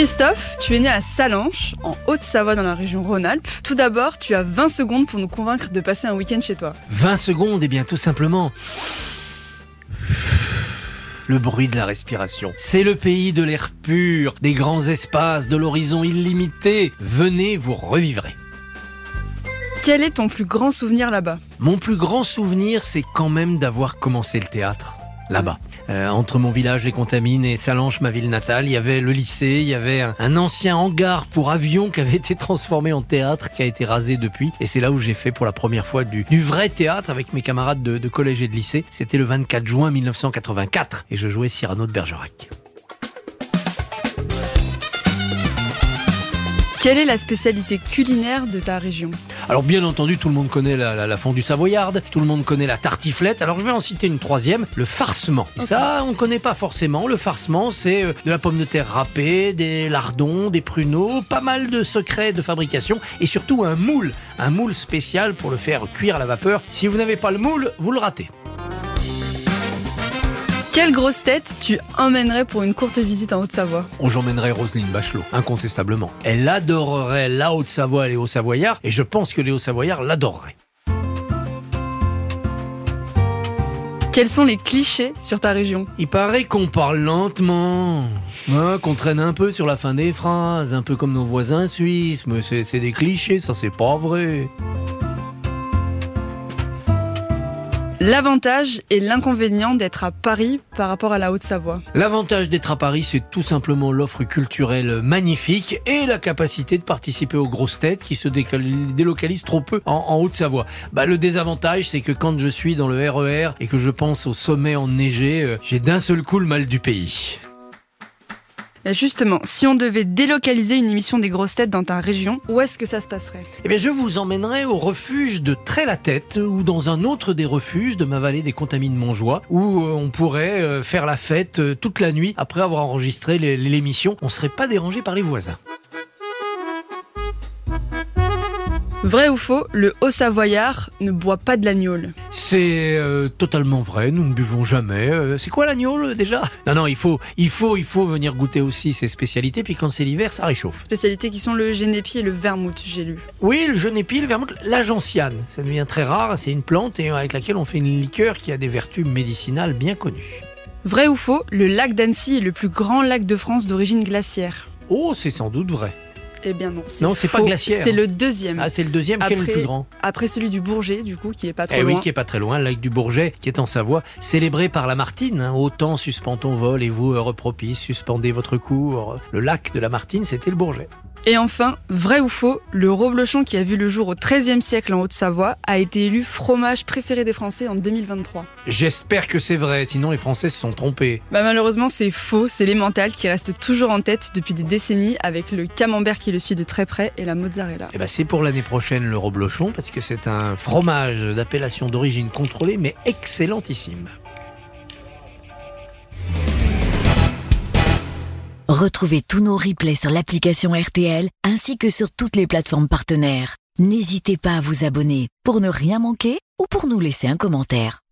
Christophe, tu es né à Sallanches, en Haute-Savoie dans la région Rhône-Alpes. Tout d'abord, tu as 20 secondes pour nous convaincre de passer un week-end chez toi. 20 secondes, et bien tout simplement... le bruit de la respiration. C'est le pays de l'air pur, des grands espaces, de l'horizon illimité. Venez, vous revivrez. Quel est ton plus grand souvenir là-bas ? Mon plus grand souvenir, c'est quand même d'avoir commencé le théâtre, là-bas. Entre mon village, les Contamines, et Sallanches, ma ville natale, il y avait le lycée, il y avait un ancien hangar pour avions qui avait été transformé en théâtre, qui a été rasé depuis. Et c'est là où j'ai fait pour la première fois du vrai théâtre avec mes camarades de collège et de lycée. C'était le 24 juin 1984 et je jouais Cyrano de Bergerac. Quelle est la spécialité culinaire de ta région ? Alors bien entendu, tout le monde connaît la fondue savoyarde, tout le monde connaît la tartiflette. Alors je vais en citer une troisième, le farcement. Et ça, on ne connaît pas forcément. Le farcement, c'est de la pomme de terre râpée, des lardons, des pruneaux, pas mal de secrets de fabrication et surtout un moule spécial pour le faire cuire à la vapeur. Si vous n'avez pas le moule, vous le ratez. Quelle grosse tête tu emmènerais pour une courte visite en Haute-Savoie ? J'emmènerais Roselyne Bachelot, incontestablement. Elle adorerait la Haute-Savoie et les Hauts-Savoyards, et je pense que les Hauts-Savoyards l'adoreraient. Quels sont les clichés sur ta région ? Il paraît qu'on parle lentement, qu'on traîne un peu sur la fin des phrases, un peu comme nos voisins suisses, mais c'est des clichés, ça c'est pas vrai. L'avantage et l'inconvénient d'être à Paris par rapport à la Haute-Savoie. L'avantage d'être à Paris, c'est tout simplement l'offre culturelle magnifique et la capacité de participer aux grosses têtes qui se délocalisent trop peu en Haute-Savoie. Le désavantage, c'est que quand je suis dans le RER et que je pense au sommet enneigé, j'ai d'un seul coup le mal du pays. Et justement, si on devait délocaliser une émission des grosses têtes dans ta région, où est-ce que ça se passerait ? Eh bien, je vous emmènerai au refuge de Trait-la-Tête ou dans un autre des refuges de ma vallée des Contamines Montjoie où on pourrait faire la fête toute la nuit après avoir enregistré l'émission. On ne serait pas dérangé par les voisins. Vrai ou faux, le Haut-Savoyard ne boit pas de l'agnole ? C'est totalement vrai, nous ne buvons jamais. C'est quoi l'agnole déjà ? Non, il faut venir goûter aussi ces spécialités, puis quand c'est l'hiver, ça réchauffe. Spécialités qui sont le génépi et le vermouth, j'ai lu. Oui, le génépi, le vermouth, la gentiane, ça devient très rare, c'est une plante et avec laquelle on fait une liqueur qui a des vertus médicinales bien connues. Vrai ou faux, le lac d'Annecy est le plus grand lac de France d'origine glaciaire ? Oh, c'est sans doute vrai. Eh bien non, c'est faux. Pas glaciaire. C'est le deuxième. Ah, c'est le deuxième, quel est le plus grand ? Après celui du Bourget, du coup, qui est pas trop loin. Oui, qui est pas très loin, le lac du Bourget, qui est en Savoie, célébré par la Martine. Autant suspend ton vol et vous, heure propice, suspendez votre cours. Le lac de la Martine, c'était le Bourget. Et enfin, vrai ou faux, le reblochon qui a vu le jour au XIIIe siècle en Haute-Savoie a été élu fromage préféré des Français en 2023. J'espère que c'est vrai, sinon les Français se sont trompés. Malheureusement, c'est faux, c'est l'emmental qui reste toujours en tête depuis des décennies avec le camembert qui le suit de très près et la mozzarella. C'est pour l'année prochaine le reblochon parce que c'est un fromage d'appellation d'origine contrôlée mais excellentissime. Retrouvez tous nos replays sur l'application RTL ainsi que sur toutes les plateformes partenaires. N'hésitez pas à vous abonner pour ne rien manquer ou pour nous laisser un commentaire.